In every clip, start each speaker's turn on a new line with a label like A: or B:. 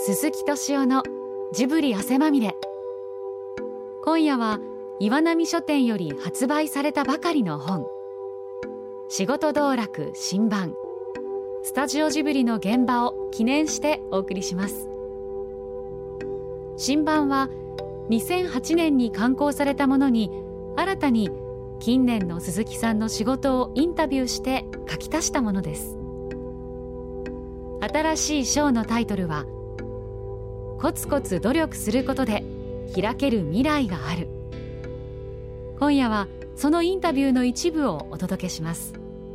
A: 鈴木敏夫のジブリ汗まみれ。今夜は岩波書店より発売されたばかりの本、仕事道楽新版、スタジオジブリの現場を記念してお送りします。新版は2008年に刊行されたものに、新たに近年の鈴木さんの仕事をインタビューして書き足したものです。新しい章のタイトルは、コツコツ努力することで開ける未来がある。今夜はそのインタビューの一部をお届けします。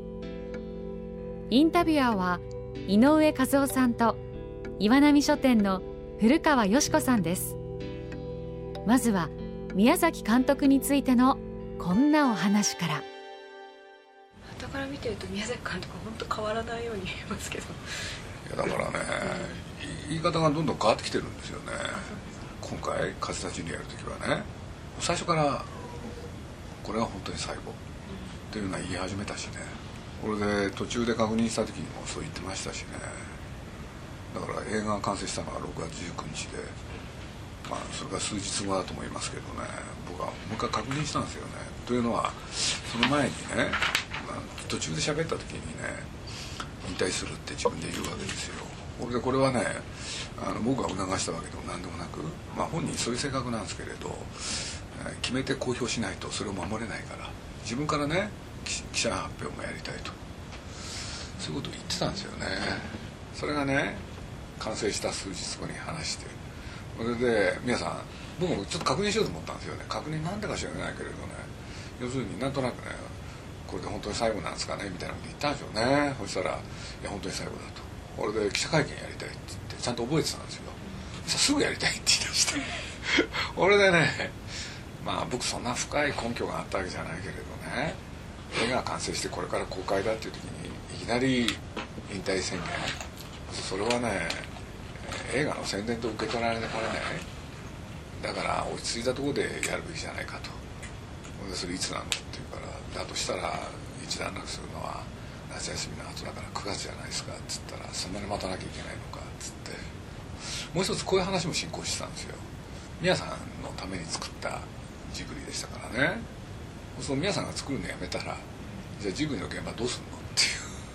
A: インタビュアーは井上和夫さんと岩波書店の古川よし子さんです。まずは宮崎監督についてのこんなお話から。
B: 傍から見てると宮崎監督は本当変わらないように見えますけど。
C: いやだからね、言い方がどんどん変わってきてるんですよね。今回風立ちにやるときはね、最初からこれが本当に最後っていうのは言い始めたしね。これで途中で確認した時にもそう言ってましたしね。だから映画が完成したのが6月19日で、それから数日後だと思いますけどね、僕はもう一回確認したんですよね。というのはその前にね、途中で喋った時にね、引退するって自分で言うわけですよ。これはね、僕が促したわけでも何でもなく、本人そういう性格なんですけれど、決めて公表しないとそれを守れないから、自分からね記者発表もやりたいと、そういうことを言ってたんですよね。それがね、完成した数日後に話して、それで皆さん、僕もちょっと確認しようと思ったんですよね。確認なんでか知らないけれどね、要するになんとなくね、これで本当に最後なんですかねみたいなこと言ったんですよね。そしたら、いや本当に最後だと、これで記者会見やりたいって言ってちゃんと覚えてたんですよ。すぐやりたいって言い出して俺でね、僕そんな深い根拠があったわけじゃないけれどね、映画が完成してこれから公開だっていう時にいきなり引退宣言、それはね、映画の宣伝と受け取られない。だから落ち着いたところでやるべきじゃないかと。でそれいつなのって言うから、だとしたら一段落するのは夏休みの後だから9月じゃないですかっつったら、そんなに待たなきゃいけないのかっつって、もう一つこういう話も進行してたんですよ。宮さんのために作ったジブリでしたからね。その宮さんが作るのやめたら、じゃあジブリの現場どうするのって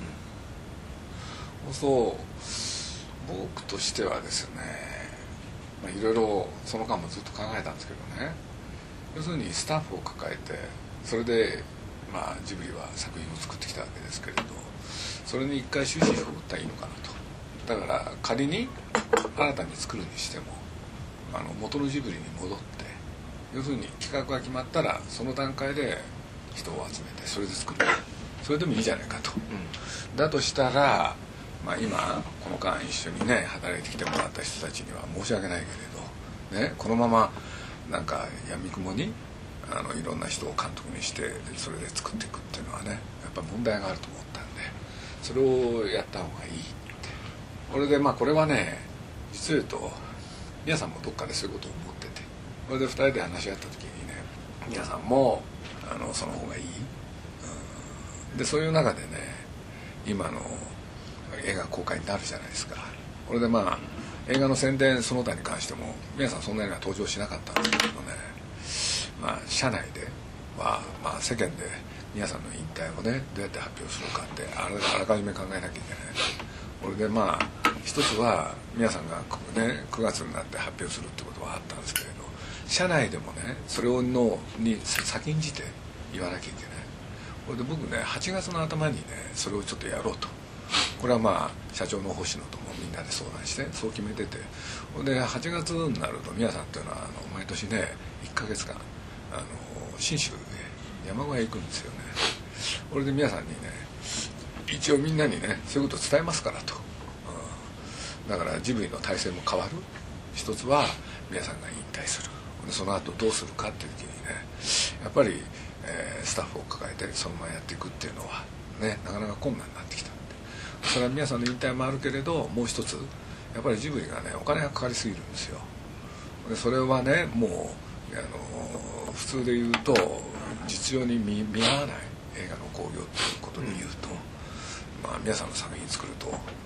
C: いう、そう僕としてはですね、いろいろその間もずっと考えたんですけどね、要するにスタッフを抱えて、それでジブリは作品を作ってきたわけですけれど、それに一回終止符を打ったらいいのかなと。だから仮に新たに作るにしても、元のジブリに戻って、要するに企画が決まったらその段階で人を集めてそれで作る、それでもいいじゃないかと、だとしたら、今この間一緒にね働いてきてもらった人たちには申し訳ないけれどね、このままなんか闇雲にいろんな人を監督にしてそれで作っていくっていうのはね、やっぱ問題があると思ったんで、それをやった方がいいって。これでこれはね、実を言うと皆さんもどっかでそういうことを思ってて、これで2人で話し合った時にね、皆さんもその方がいい、でそういう中でね、今の映画公開になるじゃないですか。これで映画の宣伝その他に関しても皆さんそんなには登場しなかったんですけどね、社内では、世間で皆さんの引退をねどうやって発表するかってあらかじめ考えなきゃいけない。これで一つは皆さんが、ね、9月になって発表するってことはあったんですけれど、社内でもねそれに先んじて言わなきゃいけない。これで僕ね8月の頭にねそれをちょっとやろうと。これは社長の星野ともみんなで相談してそう決めてて、で8月になると皆さんっていうのは毎年ね1ヶ月間信州で山小屋行くんですよね。これで皆さんにね一応みんなにねそういうことを伝えますからと、だからジブリの体制も変わる。一つは皆さんが引退する、でその後どうするかっていう時にね、やっぱり、スタッフを抱えてそのままやっていくっていうのはねなかなか困難になってきたんで、それは皆さんの引退もあるけれど、もう一つやっぱりジブリがねお金がかかりすぎるんですよ。でそれはねもう普通で言うと実情に見合わない映画の興行ということで言うと、皆さんの作品作ると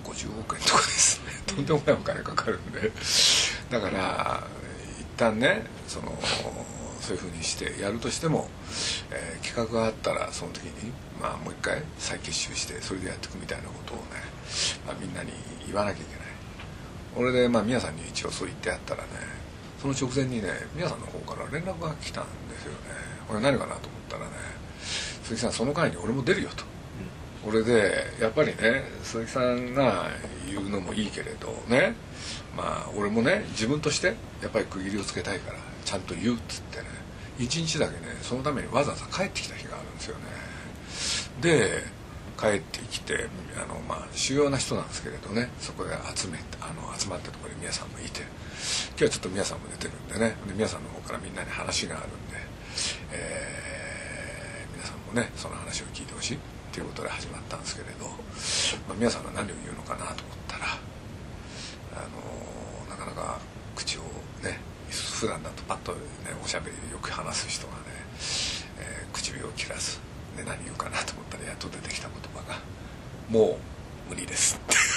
C: 50億円とかですね、とんでもないお金かかるんで、だから一旦ねそういうふうにしてやるとしても、企画があったらその時に、もう一回再結集してそれでやっていくみたいなことをね、みんなに言わなきゃいけない。俺で宮さんに一応そう言ってやったらね、その直前にね宮さんの方から連絡が来たんですよね。これ何かなと思ったらね、鈴木さんその会に俺も出るよと、俺でやっぱりね鈴木さんが言うのもいいけれどね、俺もね自分としてやっぱり区切りをつけたいからちゃんと言うっつってね、一日だけねそのためにわざわざ帰ってきた日があるんですよね。で帰ってきて主要な人なんですけれどね、そこで集まったところに宮さんもいて、今日はちょっと宮さんも出てるんでね、で宮さんの方からみんなに話があるんで、皆さんもねその話を聞いてほしいっていうことで始まったんですけれど、宮さんが何を言うのかなと思ったら、なかなか口をね、普段だとパッとねおしゃべりでよく話す人がね、唇を切らずで何言うかなと思ったらやっと出てきた言葉が「もう無理です」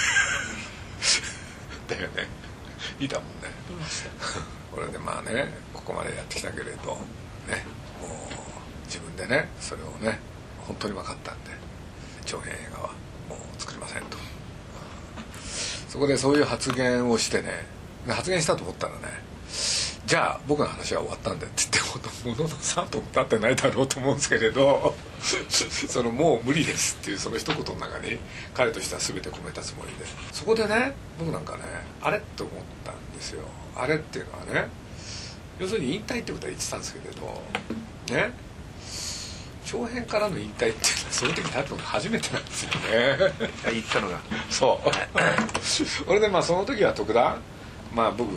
C: ってだよね。いいだもんね。
B: いました
C: これでここまでやってきたけれどね、もう自分でねそれをね本当に分かったんで長編映画はもう作りませんと、そこでそういう発言をしてね、発言したと思ったらね、じゃあ僕の話は終わったんでって言ってものの3分も経ってないだろうと思うんですけれどそのもう無理ですっていうその一言の中に彼としては全て込めたつもりで、そこでね僕なんかねあれって思ったんですよ。あれっていうのはね、要するに引退ってことは言ってたんですけれどね、長編からの引退っていうのはその時になったのが初めてなんですよね
D: 言ったのが
C: そう俺でその時は特段僕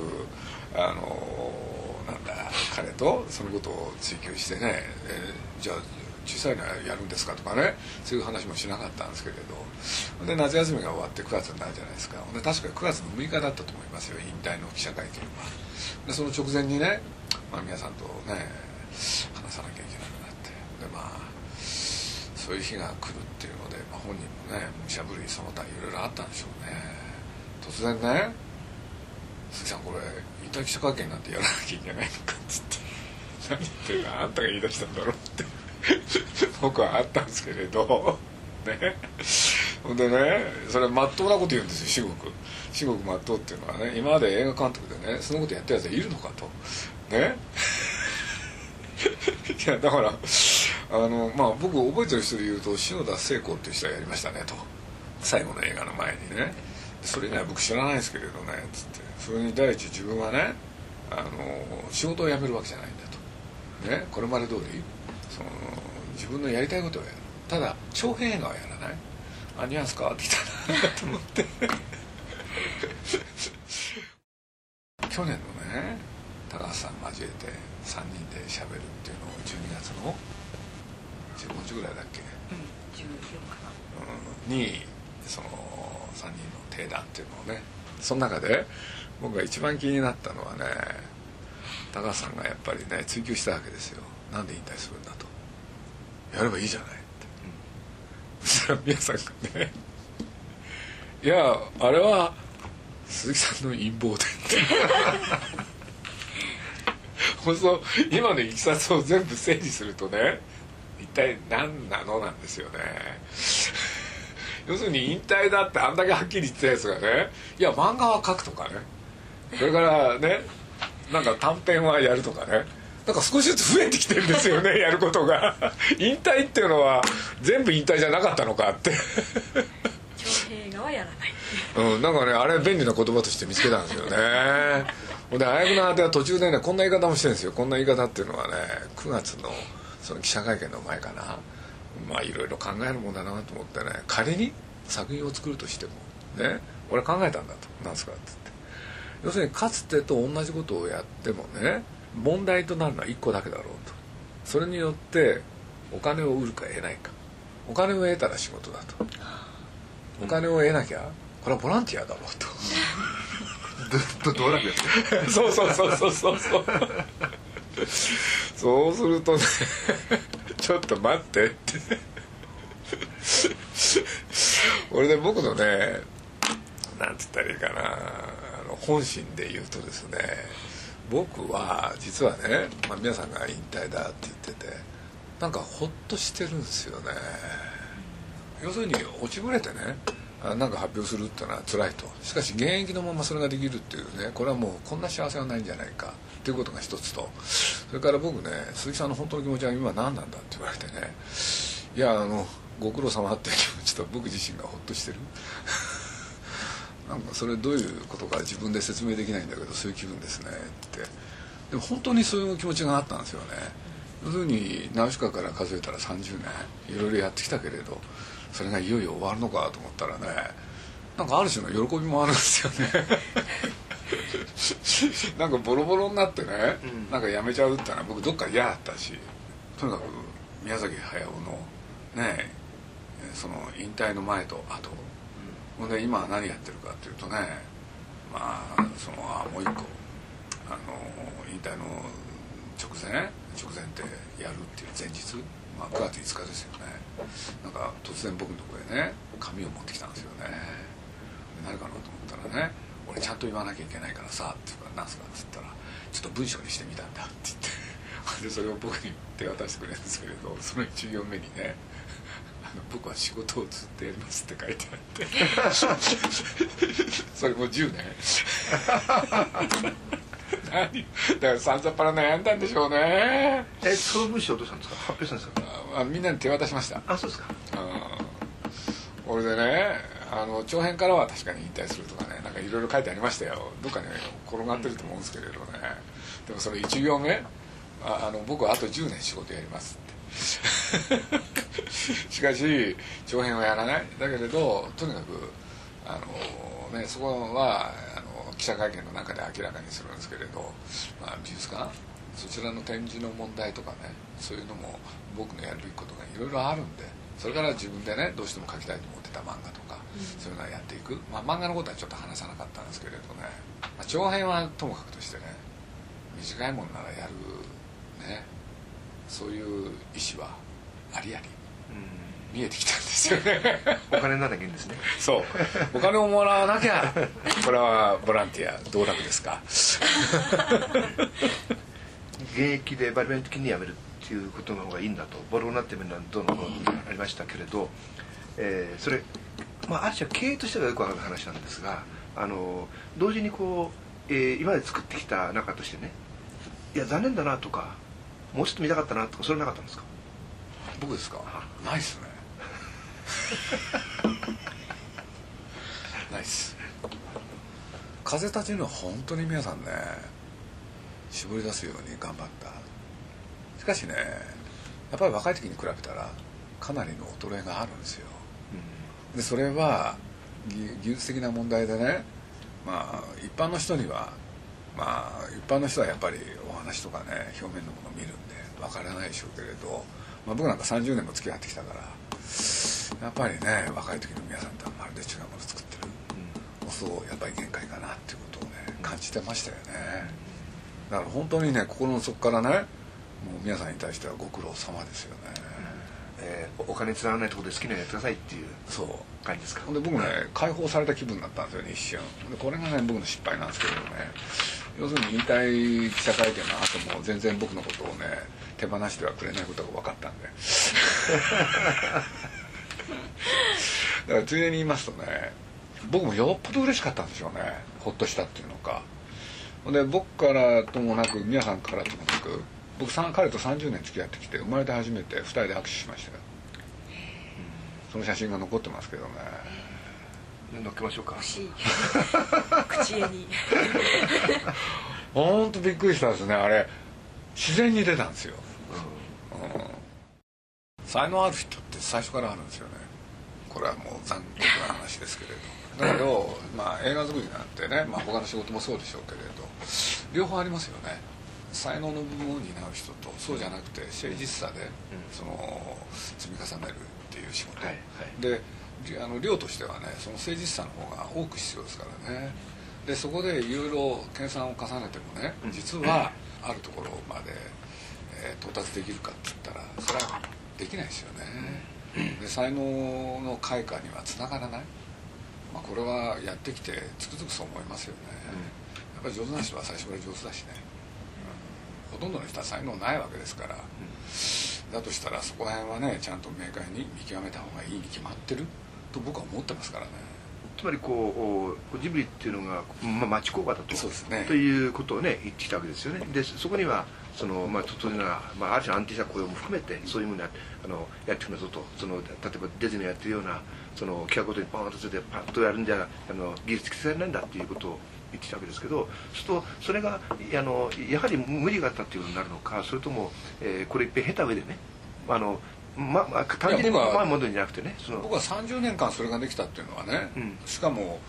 C: 彼とそのことを追求してね、じゃあ小さいのはやるんですかとかね、そういう話もしなかったんですけれど、で夏休みが終わって9月になるじゃないですか。で確か9月の6日だったと思いますよ、引退の記者会見は。でその直前にね、皆さんとね話さなきゃいけなくなって、でそういう日が来るっていうので、本人もね武者震いその他いろいろあったんでしょうね。突然ね「鈴木さんこれ引退記者会見なんてやらなきゃいけないのか」っつって「何言ってるのあんたが言い出したんだろ」って僕はあったんですけれどね。ほんでねそれまっとうなこと言うんですよ。至極まっとうっていうのはね、今まで映画監督でねそのことやったやつはいるのかとねいやだから僕覚えてる人で言うと篠田聖子っていう人がやりましたねと、最後の映画の前にね。それ以外は僕知らないですけれどねつって、それに第一自分はね仕事を辞めるわけじゃないんだとね、これまで通り自分のやりたいことをやる、ただ長編映画はやらない、ニュアンス変わってきたなと思って去年のね高橋さん交えて3人で喋るっていうのを12月の15日ぐらいだっけ、
B: 14か
C: な、にその3人の定談っていうのをね、その中で僕が一番気になったのはね、高橋さんがやっぱりね追求したわけですよ。なんで引退するんだと、やればいいじゃないって、そしたら皆さんがねいやあれは鈴木さんの陰謀でって本当今のいきさつを全部整理するとね、一体何なのなんですよね。要するに引退だってあんだけはっきり言ってたやつがね、いや漫画は描くとかね、それからねなんか短編はやるとかね、なんか少しずつ増えてきてるんですよねやることが。引退っていうのは全部引退じゃなかったのかって
B: 長編映画はやらない
C: なんかねあれ便利な言葉として見つけたんですよね。であやくの果ては途中でねこんな言い方もしてるんですよ。こんな言い方っていうのはね9月のその記者会見の前かな、いろいろ考えるもんだなと思ってね、仮に作品を作るとしてもね、俺考えたんだと、なんですかって言って、要するにかつてと同じことをやってもね問題となるのは1個だけだろうと、それによってお金を得るか得ないか、お金を得たら仕事だと、お金を得なきゃこれはボランティアだろうと
D: 道楽です
C: そうそうするとねちょっと待ってって俺で僕のねなんて言ったらいいかな、本心で言うとですね、僕は実はね、皆さんが引退だって言っててなんかほっとしてるんですよね。要するに落ちぶれてねなんか発表するっていうのは辛いと。しかし現役のままそれができるっていうね、これはもうこんな幸せはないんじゃないかっていうことが一つと、それから僕ね、鈴木さんの本当の気持ちは今何なんだって言われてね、いやご苦労様っていう気持ちと僕自身がほっとしてるなんかそれどういうことか自分で説明できないんだけどそういう気分ですねって。でも本当にそういう気持ちがあったんですよね。要するにナウシカから数えたら30年いろいろやってきたけれど、それがいよいよ終わるのかと思ったらね、なんかある種の喜びもあるんですよねなんかボロボロになってね、なんかやめちゃうってのは僕どっか嫌だったし、とにかく宮崎駿のねその引退の前と後、ほんで今は何やってるかっていうとね、そのもう一個引退の直前ってやるっていう前日、9月5日ですよね。なんか突然僕のところへね紙を持ってきたんですよね。何かなと思ったらね、俺ちゃんと言わなきゃいけないからさって言うから、何すかって言ったら、ちょっと文章にしてみたんだって言ってでそれを僕に手渡してくれるんですけれど、その1行目にね僕は仕事をずっとやりますって書いてあってそれもう10年だからさんざっぱら悩んだんでしょうね。
D: その文章どうしたんですか？発表したんですか？
C: みんなに手渡しました。
D: あ、そうですか。
C: これでね長編からは確かに引退するとかね、なんかいろいろ書いてありましたよ。どっかに転がってると思うんですけれどね、でもその1行目僕はあと10年仕事やりますってしかし長編はやらない。だけれどとにかくそこは記者会見の中で明らかにするんですけれど、美術館そちらの展示の問題とかね、そういうのも僕のやるべきことがいろいろあるんで、それから自分でねどうしても描きたいと思ってた漫画とか、そういうのはやっていく。漫画のことはちょっと話さなかったんですけれどね、長編はともかくとしてね、短いものならやるね、そういう意思はありあり見えてきたんですよね
D: お金にならなきゃいいんですね。
C: そう、お金をもらわなきゃこれはボランティア道楽ですか
D: 現役でバリバリ的にやめるっていうことの方がいいんだと、ボロになってみるのはどうのこうのありましたけれど、それある種は経営としてはよくある話なんですが、同時にこう、今まで作ってきた中としてね、いや残念だなとかもうちょっと見たかったなとか、それなかったんですか？
C: 僕ですか？ないっすねないっす。風立ちぬは本当に皆さんね絞り出すように頑張った。しかしね、やっぱり若い時に比べたらかなりの衰えがあるんですよ。でそれは技術的な問題でね、一般の人には一般の人はやっぱりお話とかね表面のものを見るんでわからないでしょうけれど、僕なんか30年も付き合ってきたからやっぱりね若い時の皆さんとはまるで違うもの作ってる、そうやっぱり限界かなっていうことをね感じてましたよね。だから本当にね心の底からね、もう皆さんに対してはご苦労様ですよね。
D: お金つながらないところで好きなやってくださいっていう感じですか？
C: で僕ね解放された気分になったんですよね、一瞬で。これがね僕の失敗なんですけれどね、要するに引退記者会見の後も全然僕のことをね手放してはくれないことが分かったんでだからついでに言いますとね、僕もよっぽど嬉しかったんでしょうね、ほっとしたっていうのか。で僕からともなく皆さんからともなく、僕彼と30年付き合ってきて生まれて初めて2人で握手しましたよ。その写真が残ってますけどね。
D: 載っけましょうか。
B: 欲しい口絵に
C: ほんとびっくりしたんですね。あれ自然に出たんですよ、才能ある人って最初からあるんですよね。これはもう残酷な話ですけれど、だけど、映画作りなんてね、他の仕事もそうでしょうけれど両方ありますよね。才能の部分を担う人とそうじゃなくて誠実さでその積み重ねるっていう仕事、で量としてはねその誠実さの方が多く必要ですからね。でそこでいろいろ計算を重ねてもね、実はあるところまで、到達できるかって言ったらそれはできないですよね。で才能の開花にはつながらない。 まあ、これはやってきてつくづくそう思いますよね、やっぱり上手な人は最初から上手だしね、ほとんどの人は才能ないわけですから、だとしたらそこら辺はねちゃんと明快に見極めた方がいいに決まってると僕は思ってますからね。
D: つまりこうジブリっていうのが、まあ、町工場だと、
C: そうですね、
D: ということをね言ってきたわけですよね。でそこにはその、まあ、当然な、まあ、ある種安定した雇用も含めてそういうふうなやってくるぞと、その例えばディズニーやってるようなその企画ごとにポーンとついてパッとやるんじゃ技術的されないんだっていうことを言ってきたわけですけど、そうするとそれがやはり無理があったっていうことになるのか、それとも、これいっぺん経た上でね単純に前に戻るんじゃなくてね、
C: 僕は30年間それができたっていうのはね、しかも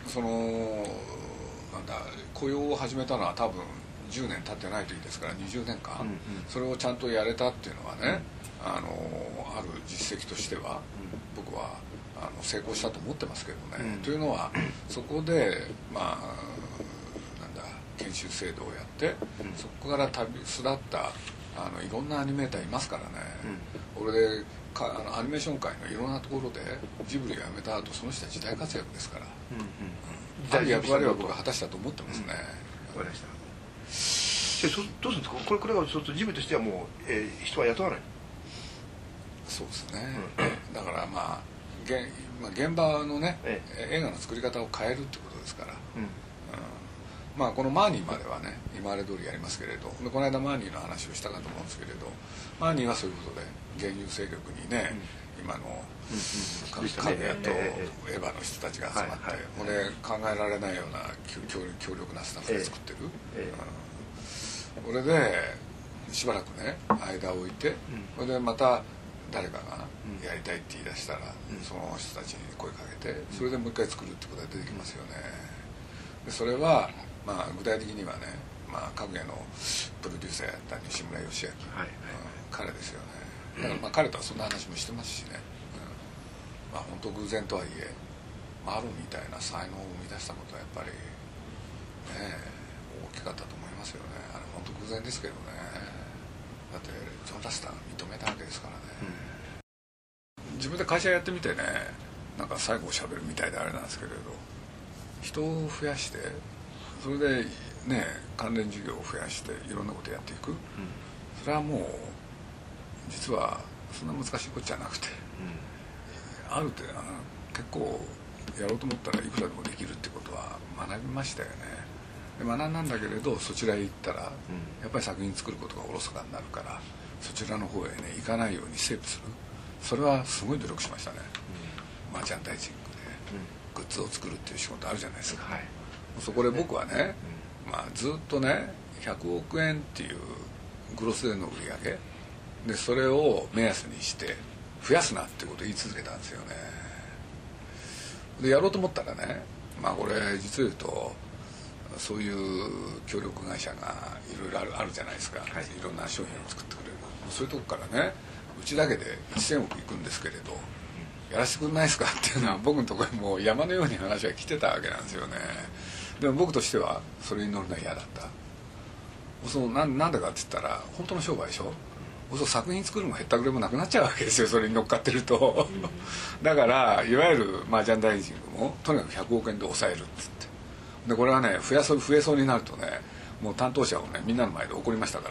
C: なんだ雇用を始めたのは多分10年経ってない時ですから20年間、それをちゃんとやれたっていうのはね、ある実績としては、僕は成功したと思ってますけどね、というのはそこでまあなんだ研修制度をやって、そこから巣立ったいろんなアニメーターいますからね、俺でアニメーション界のいろんなところでジブリをやめた後その人は時代活躍ですから、ある役割は僕は果たしたと思ってますね。
D: わかりました。どうするんですか、これがそうするとジブリとしてはもう、人は雇わない。そう
C: ですね、だからまあ現場のね、映画の作り方を変えるってことですから、まあこのマーニーまではね今まで通りやりますけれど、この間マーニーの話をしたかと思うんですけれど、マーニーはそういうことで現有勢力にね、今のカグヤとエヴァの人たちが集まって、これ考えられないような強力なスタッフで作ってる、これでしばらくね間を置いて、これでまた誰かがやりたいって言い出したら、その人たちに声かけて、それでもう一回作るってことが出てきますよね。でそれはまあ具体的にはね、まあかぐやのプロデューサーやった西村義明、彼ですよね。だからまあ彼とはそんな話もしてますしね、まあ本当偶然とはいえ、マロみたいな才能を生み出したことはやっぱりね大きかったと思いますよね。あれ本当偶然ですけどね。だってジョン・ラスターが認めたわけですからね、自分で会社やってみてね、なんか最後しゃべるみたいであれなんですけれど、人を増やしてそれでね関連事業を増やしていろんなことやっていく、それはもう実はそんな難しいことじゃなくて、ある程度結構やろうと思ったらいくらでもできるってことは学びましたよね。で学んだんだけれど、そちらへ行ったら、やっぱり作品作ることがおろそかになるから、そちらの方へね行かないようにセーブする、それはすごい努力しましたね。マーチャンダイジングでグッズを作るっていう仕事あるじゃないですか、そこで僕はね、まあ、ずっとね100億円っていうグロスでの売り上げで、それを目安にして増やすなってことを言い続けたんですよね。でやろうと思ったらね、まあこれ実を言うとそういう協力会社がいろいろあるじゃないですか、いろんな商品を作ってくれる、そういうとこからねうちだけで1000億いくんですけれど、やらせてくれないですかっていうのは僕のところにもう山のように話が来てたわけなんですよね。でも僕としてはそれに乗るのは嫌だった。なんでかって言ったら本当の商売でしょ。作品作るもへったくれもなくなっちゃうわけですよ、それに乗っかってるとだからいわゆるマーチャンダイジングもとにかく100億円で抑えるっつって、でこれはね増えそうになるとね、もう担当者をねみんなの前で怒りましたから、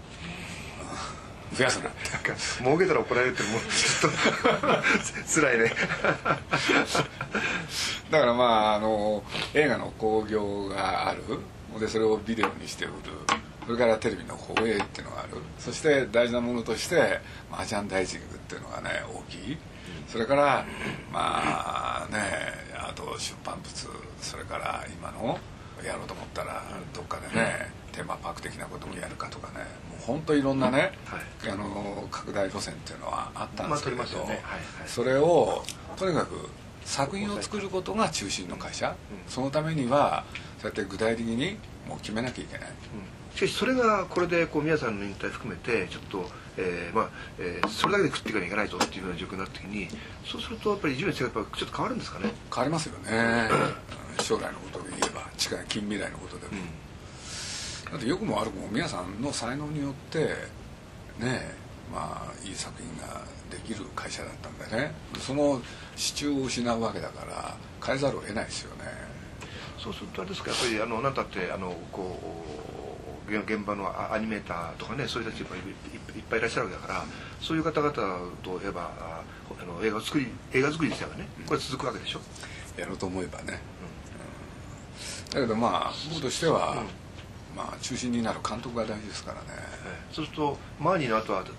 C: 増やすなって
D: 儲けたら怒られるってもうちょっと辛いね
C: だからまあ映画の興行があるで、それをビデオにして売る、それからテレビの放映っていうのがある、そして大事なものとしてマーチャンダイジングっていうのがね大きい、それからまあね、あと出版物、それから今のやろうと思ったらどっかでね、テーマパーク的なこともやるかとかね、もう本当いろんなね、拡大路線っていうのはあったんですけれど、それをとにかく作品を作ることが中心の会社、そのためにはそうやって具体的にもう決めなきゃいけない、
D: しかしそれがこれで皆さんの引退含めてちょっと、それだけで食っていかなきゃいけないぞっていうような状況になった時に、そうするとやっぱり自分の生活がちょっと変わるんですかね。
C: 変わりますよね将来のことで言えば、近未来のことでも、だって良くも悪くも皆さんの才能によってね、 いい作品ができる会社だったんでね、その支柱を失うわけだから変えざるを得ないですよね。
D: そうするとあれですか、やっぱりなんだって現場のアニメーターとかね、そういう人たちいっぱいいらっしゃるわけだから、そういう方々といえば映画作り自体はね、これ続くわけでしょ。
C: やろうと思えばね、だけど僕としては、中心になる監督が大事ですからね。
D: そうするとマーニーの後は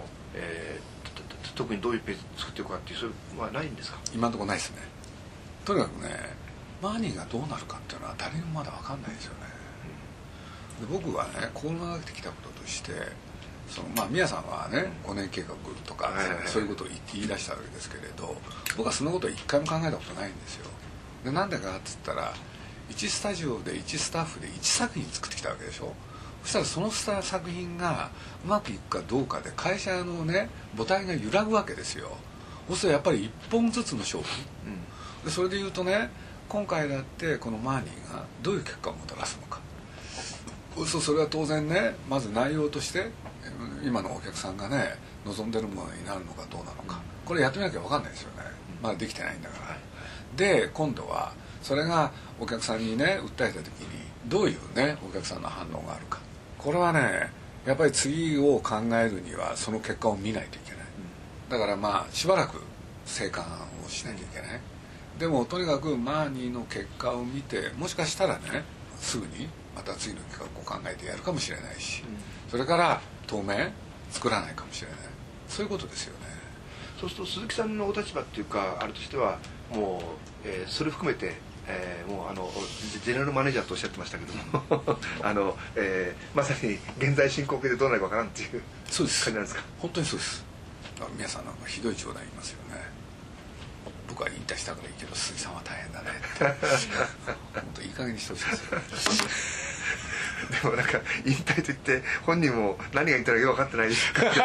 D: 特にどういうページ作っていくかっていうそういうはないんですか。
C: 今のところないですね。とにかくね、マーニーがどうなるかっていうのは誰にもまだ分かんないですよね。で僕はね、心がけてきたこととして宮さんはね、5年計画とか、そういうことを言い出したわけですけれど、僕はそのことを一回も考えたことないんですよ。でなんでかって言ったら、1スタジオで1スタッフで1作品作ってきたわけでしょ。そしたらその作品がうまくいくかどうかで会社のね母体が揺らぐわけですよ。そうするとやっぱり1本ずつの勝負、でそれでいうとね、今回だってこのマーニーがどういう結果をもたらすのか、それは当然ね、まず内容として今のお客さんがね望んでるものになるのかどうなのか、これやってみなきゃ分かんないですよね。まだできてないんだから。で今度はそれがお客さんにね訴えた時にどういうねお客さんの反応があるか、これはねやっぱり次を考えるにはその結果を見ないといけない。だからしばらく静観をしなきゃいけない。でもとにかくマーニーの結果を見て、もしかしたらねすぐにまた次の企画を考えてやるかもしれないし、それから当面作らないかもしれない、そういうことですよね。
D: そうすると鈴木さんのお立場っていうかあれとしてはもう、それ含めて、もうジェネラルマネージャーとおっしゃってましたけどもまさに現在進行形でどうなるかわからんっていう感じなんですか。
C: 本当にそうです。皆さんなんかひどい冗談言いますよね。僕は引退したからいいけど鈴木さんは大変だねって本当いい加減にしてほしいですよ。
D: でもなんか引退と言って本人も何が言ったらよく分かってないですかだ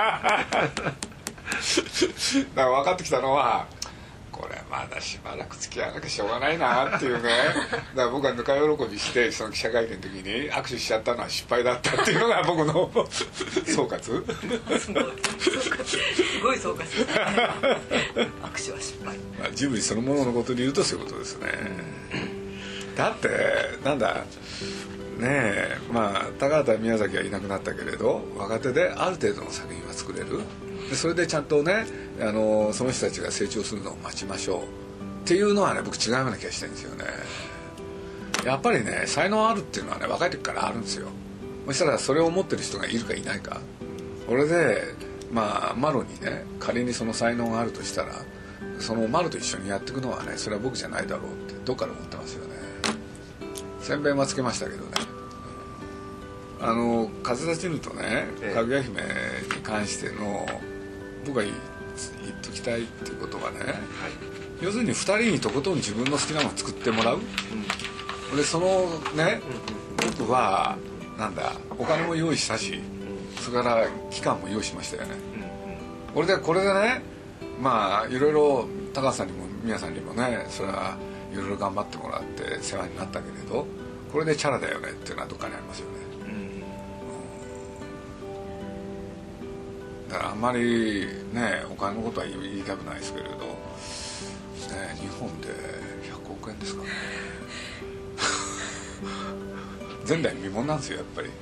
C: から分かってきたのは、これまだしばらく付き合わなきゃしょうがないなっていうね。だから僕はぬか喜びしてその記者会見の時に握手しちゃったのは失敗だったっていうのが僕の総括。
B: すごい総括ですね。握手は失敗。
C: ジブリそのもののことで言うとそういうことですね。だってなんだねえ、高畑宮崎はいなくなったけれど若手である程度の作品は作れる。でそれでちゃんとねその人たちが成長するのを待ちましょうっていうのはね、僕違うような気がしてるんですよね。やっぱりね才能あるっていうのはね若い時からあるんですよ。そしたらそれを持ってる人がいるかいないか、これでマロにね仮にその才能があるとしたら、そのマロと一緒にやっていくのはね、それは僕じゃないだろうってどっかで思ってますよね。先鞭はつけましたけどね、風立ちぬとね、かぐや姫に関しての僕が言っときたいっていうことはね、要するに2人にとことん自分の好きなものを作ってもらう、でそのね、僕はお金も用意したし、それから期間も用意しましたよね。これでね、いろいろ高橋さんにも宮さんにもね、それはいろいろ頑張ってもらって世話になったけれど、これでチャラだよねっていうのはどっかにありますよね。だからあんまりねお金のことは言いたくないですけれど、ね、日本で100億円ですかね。前代未聞なんですよやっぱり。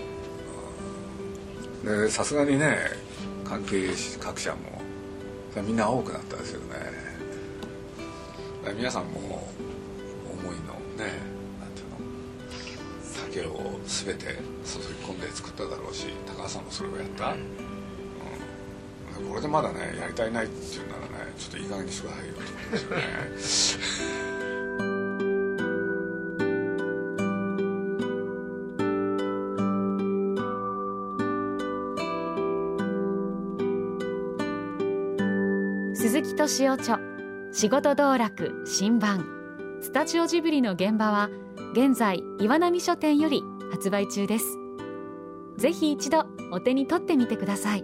C: でさすがにね関係各社もみんな多くなったですよね。だから皆さんも思いのね、なんていうの、酒を全て注ぎ込んで作っただろうし、高橋さんもそれをやった、これでまだねやりたいないっていうならね、ちょっといい加減にしてくださいよってことですよね。
A: 鈴木敏夫著仕事道楽新版スタジオジブリの現場は現在岩波書店より発売中です。ぜひ一度お手に取ってみてください。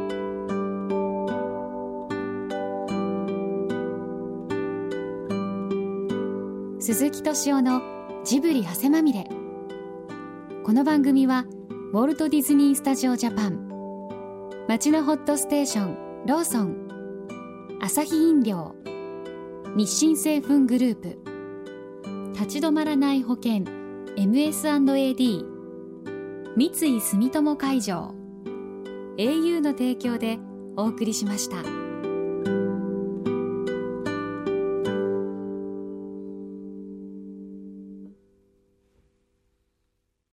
A: 鈴木敏夫のジブリ汗まみれ。この番組はウォルト・ディズニー・スタジオ・ジャパン、 町のホットステーションローソン、アサヒ飲料、日清製粉グループ、立ち止まらない保険 MS&AD、 三井住友海上、au の提供でお送りしました。